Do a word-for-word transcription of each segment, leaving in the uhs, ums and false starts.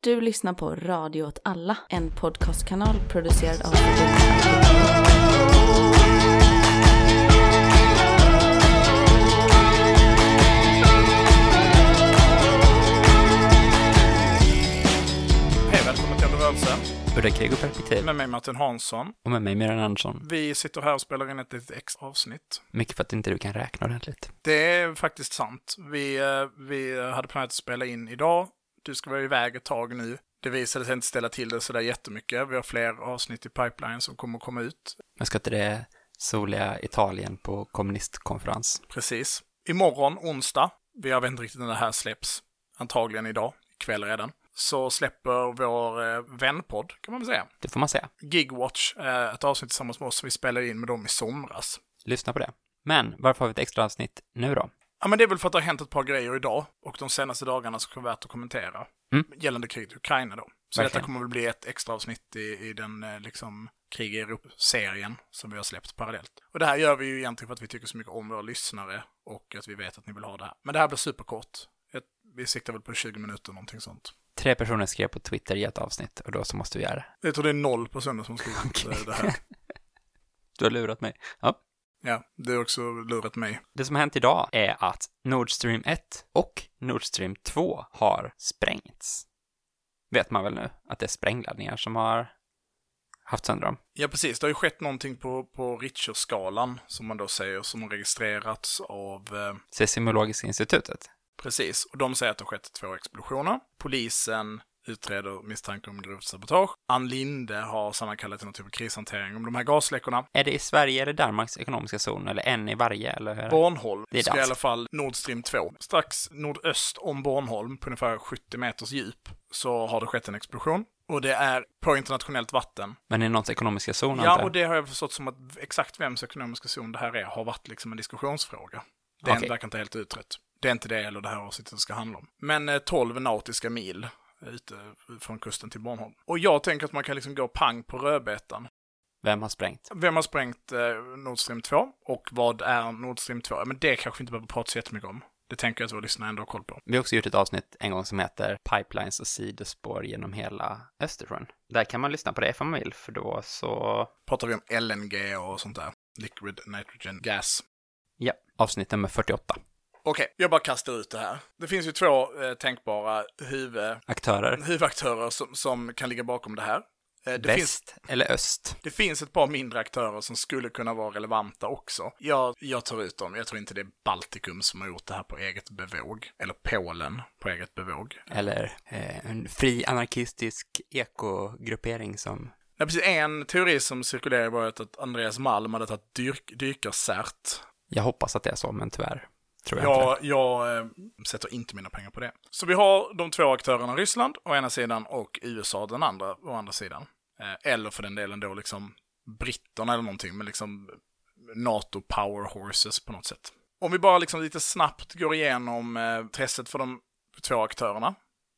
Du lyssnar på Radio åt alla, en podcastkanal producerad av Hej, välkommen till Rörelse. Udda krig och perspektiv. Med mig Martin Hansson. Och med mig Miran Andersson. Vi sitter här och spelar in ett litet extra avsnitt. Mycket för att inte du kan räkna ordentligt. Det är faktiskt sant. Vi, vi hade planerat att spela in idag. Du ska vara iväg ett tag nu. Det visade sig inte ställa till det sådär jättemycket. Vi har fler avsnitt i pipeline som kommer att komma ut. Men ska inte det soliga Italien på kommunistkonferens? Precis. Imorgon, onsdag, jag vet inte riktigt när det här släpps, antagligen idag, ikväll redan, så släpper vår eh, vänpodd, kan man väl säga. Det får man säga. Gigwatch, eh, ett avsnitt tillsammans med oss som vi spelade in med dem i somras. Lyssna på det. Men varför har vi ett extra avsnitt nu då? Ja, men det är väl för att det har hänt ett par grejer idag och de senaste dagarna så kommer vi att kommentera Mm. gällande kriget i Ukraina då. Så Verkligen. detta kommer väl bli ett extra avsnitt i, i den eh, liksom krig i Europa-serien som vi har släppt parallellt. Och det här gör vi ju egentligen för att vi tycker så mycket om våra lyssnare och att vi vet att ni vill ha det här. Men det här blir superkort. Ett, vi siktar väl på tjugo minuter, någonting sånt. Tre personer skrev på Twitter i ett avsnitt och då så måste vi göra det. Jag tror det är noll personer som skrivit okay. det här. Du har lurat mig. Ja. Ja, det har också lurat mig. Det som har hänt idag är att Nord Stream ett och Nord Stream två har sprängts. Vet man väl nu att det är sprängladdningar som har haft sönder dem? Ja, precis. Det har ju skett någonting på, på Richterskalan som man då säger som har registrerats av... Eh... Seismologiska institutet. Precis, och de säger att det har skett två explosioner. Polisen utreder misstankar om grovt sabotage. Ann Linde har sammankallat till någon typ av krishantering om de här gasläckorna. Är det i Sverige eller Danmarks ekonomiska zon? Eller en i varje? Eller hur? Bornholm det är ska i dans. alla fall Nord Stream två. Strax nordöst om Bornholm på ungefär sjuttio meters djup så har det skett en explosion. Och det är på internationellt vatten. Men i någons ekonomiska zon? Ja, antar? och det har jag förstått som att exakt vems ekonomiska zon det här är har varit liksom en diskussionsfråga. Det Okej. verkar inte helt utrett. Det är inte det eller det här avsnittet ska handla om. Men eh, tolv nautiska mil ute från kusten till Bornholm. Och jag tänker att man kan liksom gå pang på rödbetan. Vem har sprängt? Vem har sprängt eh, Nord Stream två? Och vad är Nord Stream två? Men det kanske vi inte behöver prata så jättemycket om. Det tänker jag att våra lyssnare ändå har koll på. Vi har också gjort ett avsnitt en gång som heter Pipelines och sidospår genom hela Östersjön. Där kan man lyssna på det om man vill, för då så... Pratar vi om L N G och sånt där. Liquid Nitrogen Gas. Ja, avsnitt nummer fyrtioåtta. Okej, jag bara kastar ut det här. Det finns ju två eh, tänkbara huvud, Aktörer. huvudaktörer som, som kan ligga bakom det här. Eh, det, finns, Väst eller öst? det finns ett par mindre aktörer som skulle kunna vara relevanta också. Jag, jag tar ut dem. Jag tror inte det är Baltikum som har gjort det här på eget bevåg. Eller Polen på eget bevåg. Eller eh, en fri anarkistisk ekogruppering som... Nej, precis. En teori som cirkulerar var att Andreas Malm hade tagit dyk, dykarcert. Jag hoppas att det är så, men tyvärr tror jag inte Jag, jag äh, sätter inte mina pengar på det. Så vi har de två aktörerna, Ryssland å ena sidan och U S A den andra å andra sidan. Eh, eller för den delen då liksom britterna eller någonting, men liksom NATO power horses på något sätt. Om vi bara liksom lite snabbt går igenom eh, intresset för de två aktörerna.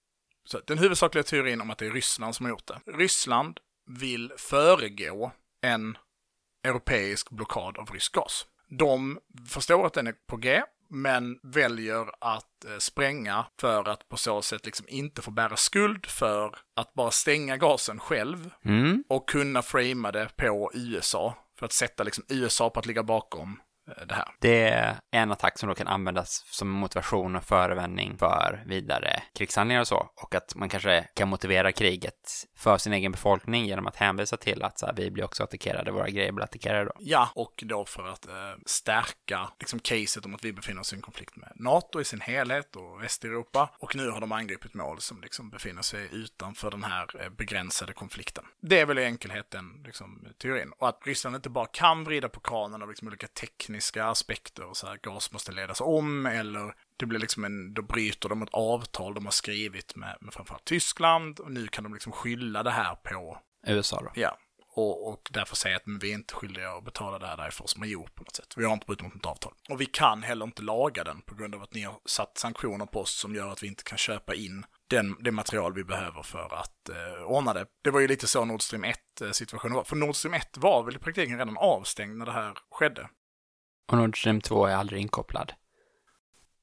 Så den huvudsakliga teorin om att det är Ryssland som har gjort det. Ryssland vill föregå en europeisk blockad av rysk gas. De förstår att den är på G, men väljer att eh, spränga för att på så sätt liksom inte få bära skuld för att bara stänga gasen själv Mm. och kunna framea det på U S A för att sätta liksom U S A på att ligga bakom eh, det här. Det är en attack som då kan användas som motivation och förevändning för vidare krigshandlingar och så. Och att man kanske kan motivera kriget för sin egen befolkning genom att hänvisa till att så här, vi blir också attackerade, våra grejer blir attackerade då. Ja, och då för att eh, stärka liksom caset om att vi befinner oss i en konflikt med NATO i sin helhet och Västeuropa. Och nu har de angripit mål som liksom befinner sig utanför den här eh, begränsade konflikten. Det är väl i enkelheten liksom, teorin. Och att Ryssland inte bara kan vrida på kranen av liksom, olika tekniska aspekter och så här, gas måste ledas om eller det blir liksom en, då bryter de ett avtal de har skrivit med, med framförallt Tyskland och nu kan de liksom skylla det här på U S A då. ja. Och, och därför säga att men vi är inte skyldiga att betala det här därför som har gjort på något sätt. Vi har inte brutit mot något avtal. Och vi kan heller inte laga den på grund av att ni har satt sanktioner på oss som gör att vi inte kan köpa in den, det material vi behöver för att eh, ordna det. Det var ju lite så Nord Stream ett-situationen var. För Nord Stream ett var väl i praktiken redan avstängd när det här skedde. Och Nord Stream två är aldrig inkopplad.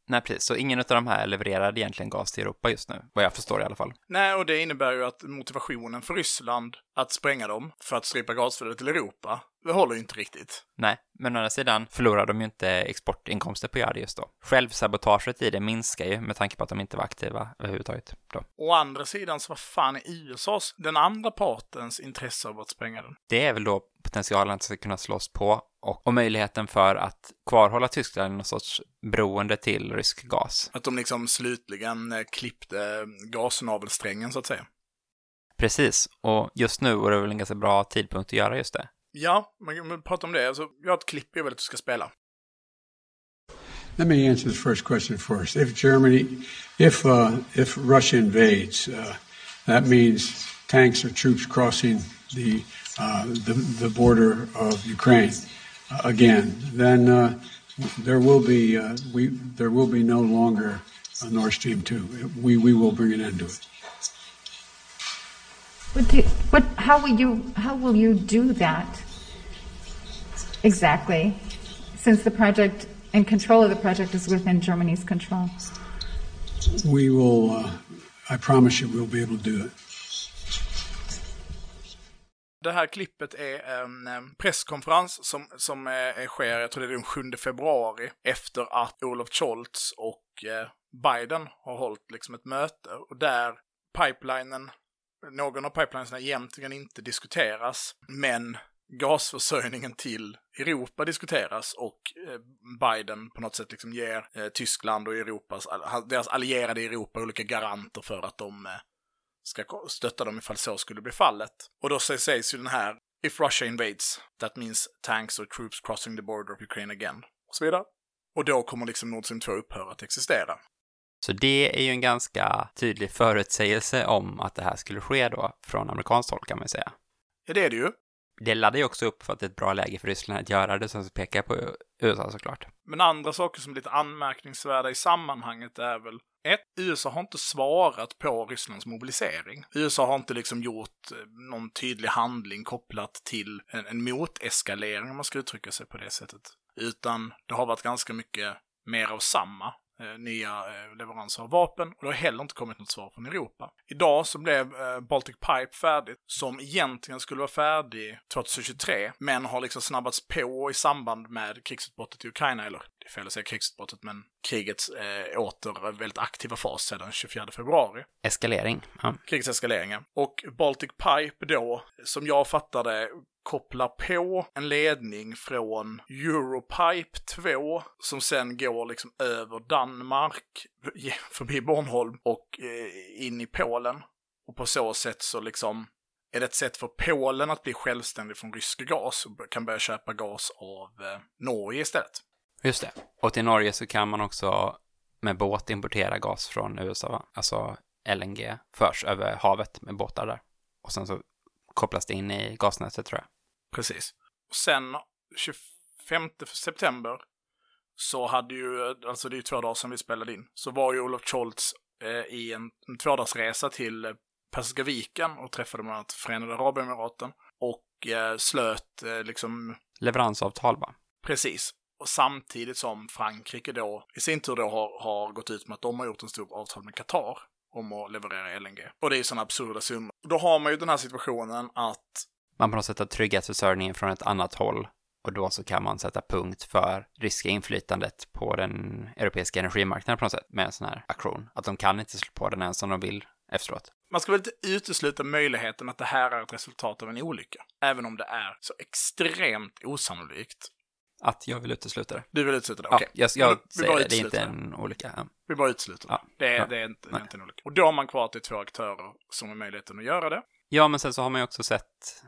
Nej, precis. Så ingen av de här levererar egentligen gas till Europa just nu, vad jag förstår i alla fall. Nej, och det innebär ju att motivationen för Ryssland att spränga dem för att strypa gasflödet till Europa, det håller ju inte riktigt. Nej, men å andra sidan förlorar de ju inte exportinkomster på att göra det just då. Självsabotaget i det minskar ju med tanke på att de inte var aktiva överhuvudtaget då. Å andra sidan så vad fan är U S A:s, den andra partens intresse av att spränga den? Det är väl då potentialen att det ska kunna slås på och, och möjligheten för att kvarhålla Tyskland i någon sorts beroende till rysk gas. Att de liksom slutligen eh, klippte gasnavelsträngen så att säga. Precis, och just nu är det väl en ganska bra tidpunkt att göra just det. Ja, man kan prata om det. Alltså, jag har ett klipp jag vill att du ska spela. Let me answer the first question first. If Germany, if uh, if Russia invades, uh, that means tanks or troops crossing the uh, the, the border of Ukraine uh, again. Then uh, there will be uh, we there will be no longer a Nord Stream two. We we will bring an end to it. What do, what, how will you, how will you do that exactly, since the project and control of the project is within Germany's control? We will, uh, I promise you we'll be able to do it. Det här klippet är en presskonferens som, som är, sker, jag tror det är den sjunde februari, efter att Olaf Scholz och Biden har hållit liksom ett möte. Och där pipelinen, någon av pipelinerna egentligen inte diskuteras, men gasförsörjningen till Europa diskuteras och Biden på något sätt liksom ger Tyskland och Europas, deras allierade i Europa olika garanter för att de ska stötta dem ifall så skulle bli fallet. Och då sägs ju den här: If Russia invades, that means tanks or troops crossing the border of Ukraine again. Och så vidare. Och då kommer liksom Nord Stream två upphöra att existera. Så det är ju en ganska tydlig förutsägelse om att det här skulle ske då från amerikanskt håll, kan man säga. Ja, det är det ju. Det laddar ju också upp för att det är ett bra läge för Ryssland att göra det, som så pekar på U S A såklart. Men andra saker som är lite anmärkningsvärda i sammanhanget är väl: ett, U S A har inte svarat på Rysslands mobilisering. U S A har inte liksom gjort någon tydlig handling kopplat till en, en moteskalering, om man ska uttrycka sig på det sättet. Utan det har varit ganska mycket mer av samma. Eh, nya eh, leveranser av vapen, och det har heller inte kommit något svar från Europa. Idag så blev eh, Baltic Pipe färdigt, som egentligen skulle vara färdig tjugohundratjugotre, men har liksom snabbats på i samband med krigsutbrottet i Ukraina, eller det är fel att säga krigsutbrottet, men krigets eh, åter väldigt aktiva fas sedan tjugofjärde februari. Eskalering. Ja. Krigets eskaleringar. Och Baltic Pipe då, som jag fattade, kopplar på en ledning från Europipe två som sen går liksom över Danmark, förbi Bornholm och eh, in i Polen. Och på så sätt så liksom är det ett sätt för Polen att bli självständig från rysk gas och kan börja köpa gas av eh, Norge istället. Just det. Och till Norge så kan man också med båt importera gas från U S A, va? Alltså L N G förs över havet med båtar där. Och sen så kopplas det in i gasnätet, tror jag. Precis. Och sen tjugofemte september så hade ju, alltså det är ju två dagar sedan vi spelade in, så var ju Olaf Scholz eh, i en, en tvådagsresa till eh, Persiska viken och träffade bland annat Förenade Arabemiraten och eh, slöt eh, liksom leveransavtal, va? Precis. Och samtidigt som Frankrike då i sin tur då har, har gått ut med att de har gjort en stor avtal med Qatar om att leverera L N G. Och det är ju sådana absurda summor. Då har man ju den här situationen att man på något sätt har tryggat försörjningen från ett annat håll, och då så kan man sätta punkt för ryska inflytandet på den europeiska energimarknaden på något sätt med en sån här aktion. Att de kan inte slå på den ens som de vill efteråt. Man ska väl inte utesluta möjligheten att det här är ett resultat av en olycka, även om det är så extremt osannolikt. Att jag vill utesluta det. Du vill utesluta det, okej. Okay. Ja, jag, jag vi säger det, det är inte en olycka. Ja. Vi bara utesluter det. Ja. Det, är, ja. det, är inte, det är inte en olycka. Och då har man kvar till två aktörer som har möjligheten att göra det. Ja, men sen så har man ju också sett...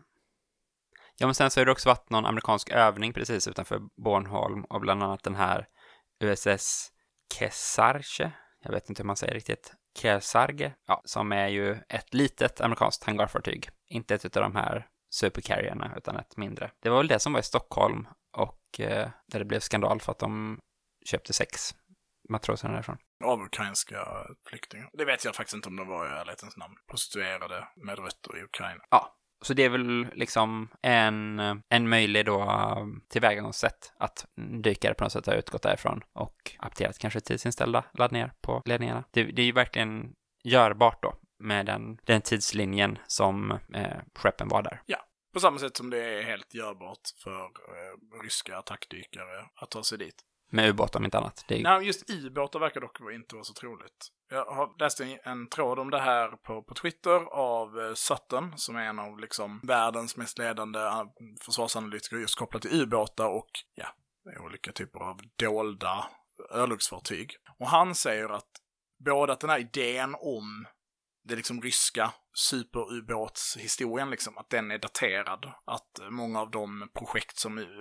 Ja, men sen så har det också varit någon amerikansk övning precis utanför Bornholm, och bland annat den här U S S Kearsarge, jag vet inte hur man säger riktigt, Kearsarge, ja, som är ju ett litet amerikanskt hangarfartyg. Inte ett av de här supercarrierna, utan ett mindre. Det var väl det som var i Stockholm, och eh, där det blev skandal för att de köpte sex matroser därifrån. Av ukrainska flyktingar. Det vet jag faktiskt inte om de var i ärlighetens namn. Prostituerade med rötter i Ukraina. Ja, Så det är väl liksom en, en möjlig då tillvägagångssätt att dykare på något sätt har utgått därifrån och apterat kanske tidsinställda laddningar på ledningarna. Det, det är ju verkligen görbart då med den, den tidslinjen som eh, skeppen var där. Ja, på samma sätt som det är helt görbart för eh, ryska attackdykare att ta sig dit. Med ubåt om inte annat. Det är... Nej, just ubåtar verkar dock inte vara så troligt. Jag har läst en, en tråd om det här på, på Twitter av eh, Sutton, som är en av liksom världens mest ledande uh, försvarsanalytiker just kopplat till ubåtar och ja, olika typer av dolda örlogsfartyg. Och han säger att både att den här idén om det liksom ryska superubåtshistorien, liksom, att den är daterad. Att många av de projekt som uh,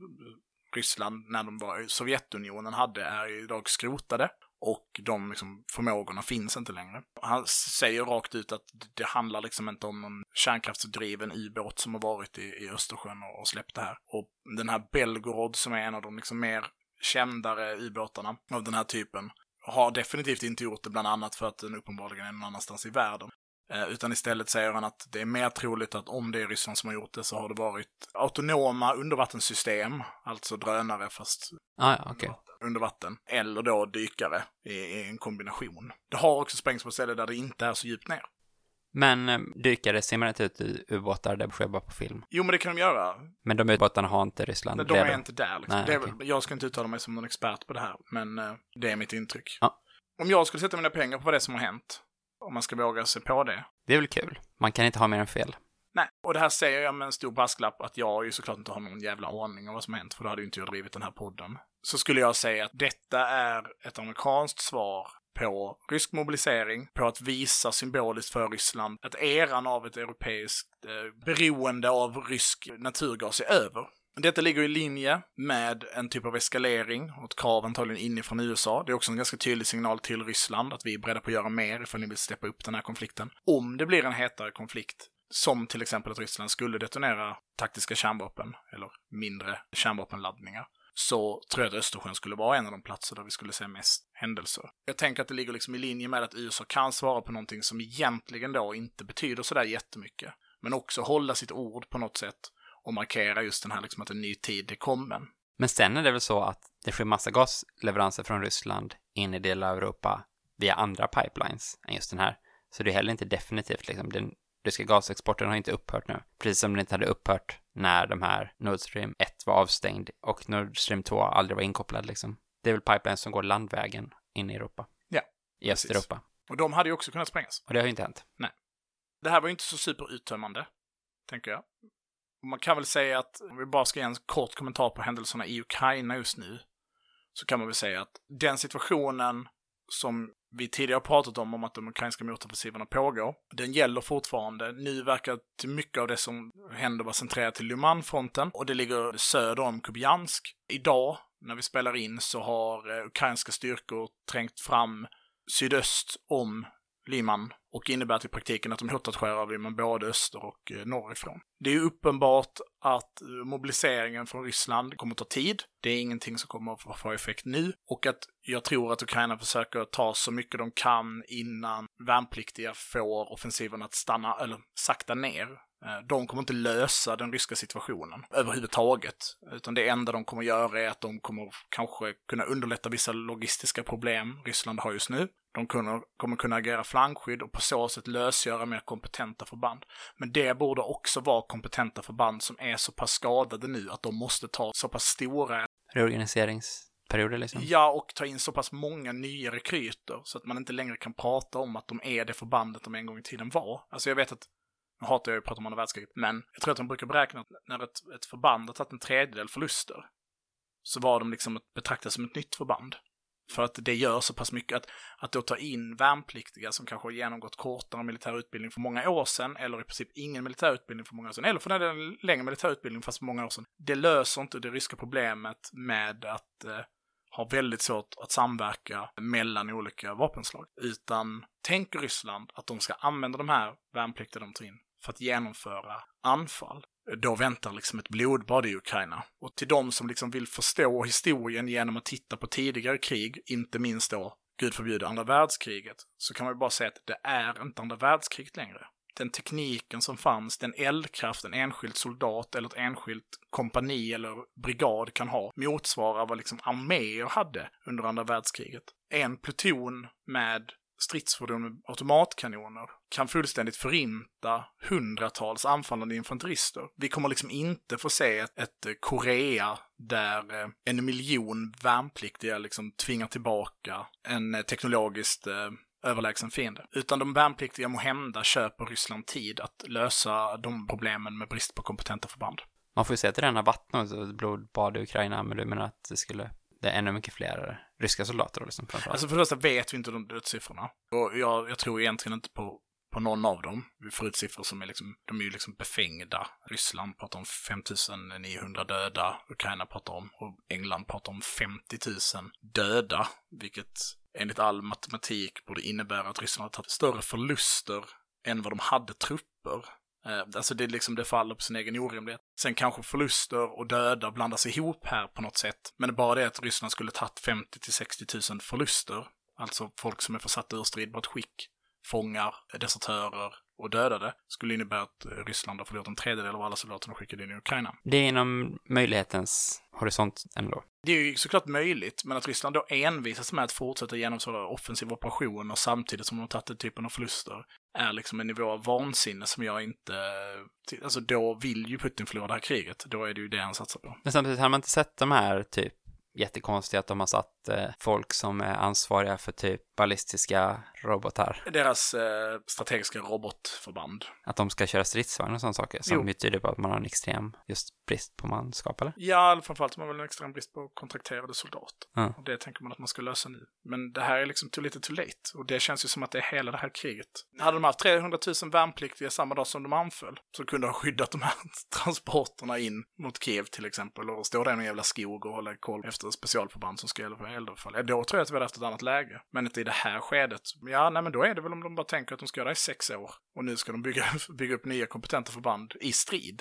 Ryssland när de var i Sovjetunionen hade är idag skrotade och de liksom, förmågorna finns inte längre. Han säger rakt ut att det handlar liksom inte om någon kärnkraftsdriven ubåt som har varit i, i Östersjön och, och släppt det här. Och den här Belgorod som är en av de liksom mer kändare ubåtarna av den här typen har definitivt inte gjort det, bland annat för att den uppenbarligen är någon annanstans i världen. Eh, utan istället säger han att det är mer troligt att om det är Ryssland som har gjort det så har det varit autonoma undervattenssystem, alltså drönare fast ah, ja, okay. under vatten, eller då dykare i, i en kombination. Det har också sprängts på ställen där det inte är så djupt ner. Men eh, dykare simmar inte ut i ubåtar, det sker bara på film. Jo, men det kan de göra. Men de ubåtarna har inte Ryssland. Men de är inte där. Liksom. Nej, det är, okay. Jag ska inte uttala mig som någon expert på det här, men eh, det är mitt intryck. Ja. Om jag skulle sätta mina pengar på vad det är som har hänt, om man ska våga sig på det. Det är väl kul. Man kan inte ha mer än fel. Nej, och det här säger jag med en stor brasklapp att jag ju såklart inte har någon jävla aning om vad som har hänt, för då hade ju inte jag drivit den här podden. Så skulle jag säga att detta är ett amerikanskt svar på rysk mobilisering, på att visa symboliskt för Ryssland att eran av ett europeiskt eh, beroende av rysk naturgas är över. Detta ligger i linje med en typ av eskalering och ett krav antagligen inifrån U S A. Det är också en ganska tydlig signal till Ryssland att vi är beredda på att göra mer ifall ni vill steppa upp den här konflikten. Om det blir en hetare konflikt, som till exempel att Ryssland skulle detonera taktiska kärnvapen eller mindre kärnvapenladdningar, så tror jag att Östersjön skulle vara en av de platser där vi skulle se mest händelser. Jag tänker att det ligger liksom i linje med att U S A kan svara på någonting som egentligen då inte betyder sådär jättemycket, men också hålla sitt ord på något sätt och markera just den här liksom att en ny tid är kommen. Men sen är det väl så att det sker massa gasleveranser från Ryssland in i delar av Europa via andra pipelines än just den här. Så det är heller inte definitivt liksom, den ryska gasexporten har inte upphört nu. Precis som den inte hade upphört när de här Nord Stream ett var avstängd och Nord Stream två aldrig var inkopplad liksom. Det är väl pipelines som går landvägen in i Europa. Ja, i Östeuropa. Och de hade ju också kunnat sprängas. Och det har ju inte hänt. Nej. Det här var ju inte så superuttömmande, tänker jag. Man kan väl säga att, om vi bara ska ge en kort kommentar på händelserna i Ukraina just nu, så kan man väl säga att den situationen som vi tidigare har pratat om, om att de ukrainska motoffensiverna pågår, den gäller fortfarande. Nu verkar till mycket av det som händer vara centrerat till Lyman-fronten, och det ligger söder om Kupiansk. Idag, när vi spelar in, så har eh, ukrainska styrkor trängt fram sydöst om Lyman och innebär till praktiken att de hotat skära av Lyman både öster och eh, norrifrån. Det är uppenbart att eh, mobiliseringen från Ryssland kommer att ta tid. Det är ingenting som kommer att få effekt nu, och att jag tror att Ukraina försöker ta så mycket de kan innan värnpliktiga får offensiven att stanna eller sakta ner. De kommer inte lösa den ryska situationen överhuvudtaget, utan det enda de kommer göra är att de kommer kanske kunna underlätta vissa logistiska problem Ryssland har just nu. De kommer, kommer kunna agera flankskydd och på så sätt lösgöra mer kompetenta förband. Men det borde också vara kompetenta förband som är så pass skadade nu att de måste ta så pass stora reorganiseringsperioder liksom. Ja, och ta in så pass många nya rekryter så att man inte längre kan prata om att de är det förbandet de en gång i tiden var. Alltså jag vet att, nu hatar jag ju att prata om andra världskriget, men jag tror att de brukar beräkna att när ett, ett förband har tagit en tredjedel förluster, så var de liksom betraktas som ett nytt förband. För att det gör så pass mycket att, att då ta in värnpliktiga som kanske har genomgått kortare militär utbildning för många år sedan, eller i princip ingen militär utbildning för många år sedan, eller för den delen längre militär utbildning fast för många år sedan. Det löser inte det ryska problemet med att eh, ha väldigt svårt att samverka mellan olika vapenslag. Utan tänker Ryssland att de ska använda de här värnpliktiga de tar in för att genomföra anfall, då väntar liksom ett blodbad i Ukraina. Och till de som liksom vill förstå historien genom att titta på tidigare krig, inte minst då, gud förbjude, andra världskriget, så kan man ju bara säga att det är inte andra världskriget längre. den tekniken som fanns, den eldkraft en enskild soldat eller ett enskilt kompani eller brigad kan ha, motsvarar vad liksom arméer hade under andra världskriget. En pluton med stridsfordon med automatkanoner kan fullständigt förinta hundratals anfallande infanterister. Vi kommer liksom inte få se ett, ett Korea där en miljon värnpliktiga liksom tvingar tillbaka en teknologiskt eh, överlägsen fiende. Utan de värnpliktiga måhända köper Ryssland tid att lösa de problemen med brist på kompetenta förband. Man får ju se att det redan har vattnat och blodbad i Ukraina, men du menar att det skulle... Det är ännu mycket fler ryska soldater då, liksom, framförallt. Alltså för det första vet vi inte de dödssiffrorna. Och jag, jag tror egentligen inte på, på någon av dem. Vi får ut siffror som är liksom, de är ju liksom befängda. Ryssland pratar om fem tusen niohundra döda. Ukraina pratar om, och England pratar om femtio tusen döda. Vilket enligt all matematik borde innebära att Ryssland har tagit större förluster än vad de hade trupper. Alltså det, är liksom, det faller på sin egen orimlighet. Sen kanske förluster och döda blandas ihop här på något sätt. Men det är bara det att Ryssland skulle tagit femtio till sextio tusen förluster. Alltså folk som är försatta ur stridbart skick, fångar, desertörer och dödade. Skulle innebära att Ryssland har förlorat en tredjedel av alla soldater de skickade in i Ukraina. Det är inom möjlighetens horisont ändå. Det är ju såklart möjligt, men att Ryssland då envisas med att fortsätta genomföra offensiva operationer samtidigt som de tagit den typen av förluster är liksom en nivå av vansinne som jag inte... Alltså då vill ju Putin förlora det här kriget. Då är det ju det han satsar på. Men samtidigt har man inte sett de här typ jättekonstigt att de har satt eh, folk som är ansvariga för typ ballistiska robotar. Deras eh, strategiska robotförband. Att de ska köra stridsvagn och sådana saker som ju tyder på att man har en extrem just brist på manskap, eller? Ja, framförallt har man väl en extrem brist på kontrakterade soldater. Mm. Och det tänker man att man ska lösa nu. Men det här är liksom too little too late. Och det känns ju som att det är hela det här kriget. Hade de haft trehundratusen värnpliktiga samma dag som de anföll så kunde de ha skyddat de här transporterna in mot Kiev till exempel och stå där i en jävla skog och hålla koll efter specialförband som ska gälla för eldöverfall. Ja, då tror jag att vi hade haft ett annat läge. Men inte i det här skedet. Ja, nej men då är det väl om de bara tänker att de ska göra det i sex år. Och nu ska de bygga, bygga upp nya kompetenta förband i strid.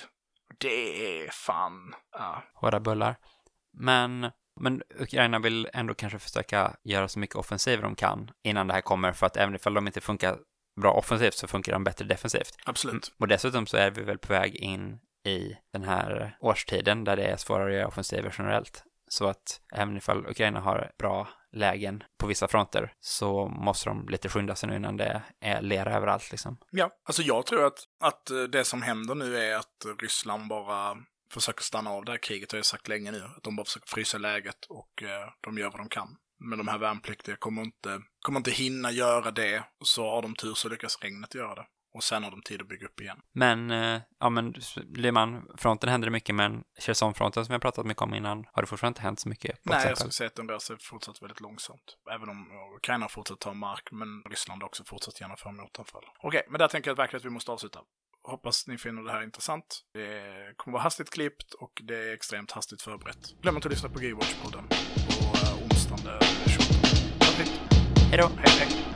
Det är fan... Ja. Hårda bullar. Men, men Ukraina vill ändå kanske försöka göra så mycket offensiv de kan innan det här kommer. För att även ifall de inte funkar bra offensivt så funkar de bättre defensivt. Absolut. Och dessutom så är vi väl på väg in i den här årstiden där det är svårare att göra offensiver generellt. Så att även ifall Ukraina har bra lägen på vissa fronter så måste de lite skynda sig nu innan det är lera överallt liksom. Ja, alltså jag tror att, att det som händer nu är att Ryssland bara försöker stanna av det här kriget, har jag sagt länge nu. Att de bara försöker frysa läget och eh, de gör vad de kan. Men de här värnpliktiga kommer inte, kommer inte hinna göra det och så har de tur så lyckas regnet göra det. Och sen har de tid att bygga upp igen. Men, eh, ja men, Lyman-fronten händer det mycket, men Cherson-fronten som jag pratat mycket om innan, har det fortfarande inte hänt så mycket? Nej, jag skulle säga att den rör sig fortsatt väldigt långsamt. Även om Ukraina fortsatt ta mark, men Ryssland har också fortsatt genomföra motanfall. Okej, men där tänker jag verkligen att vi måste avsluta. Hoppas ni finner det här intressant. Det kommer vara hastigt klippt och det är extremt hastigt förberett. Glöm inte att lyssna på Gearwatch-podden på uh, onsdagen den tjugonde. Hej då! Hej, hej!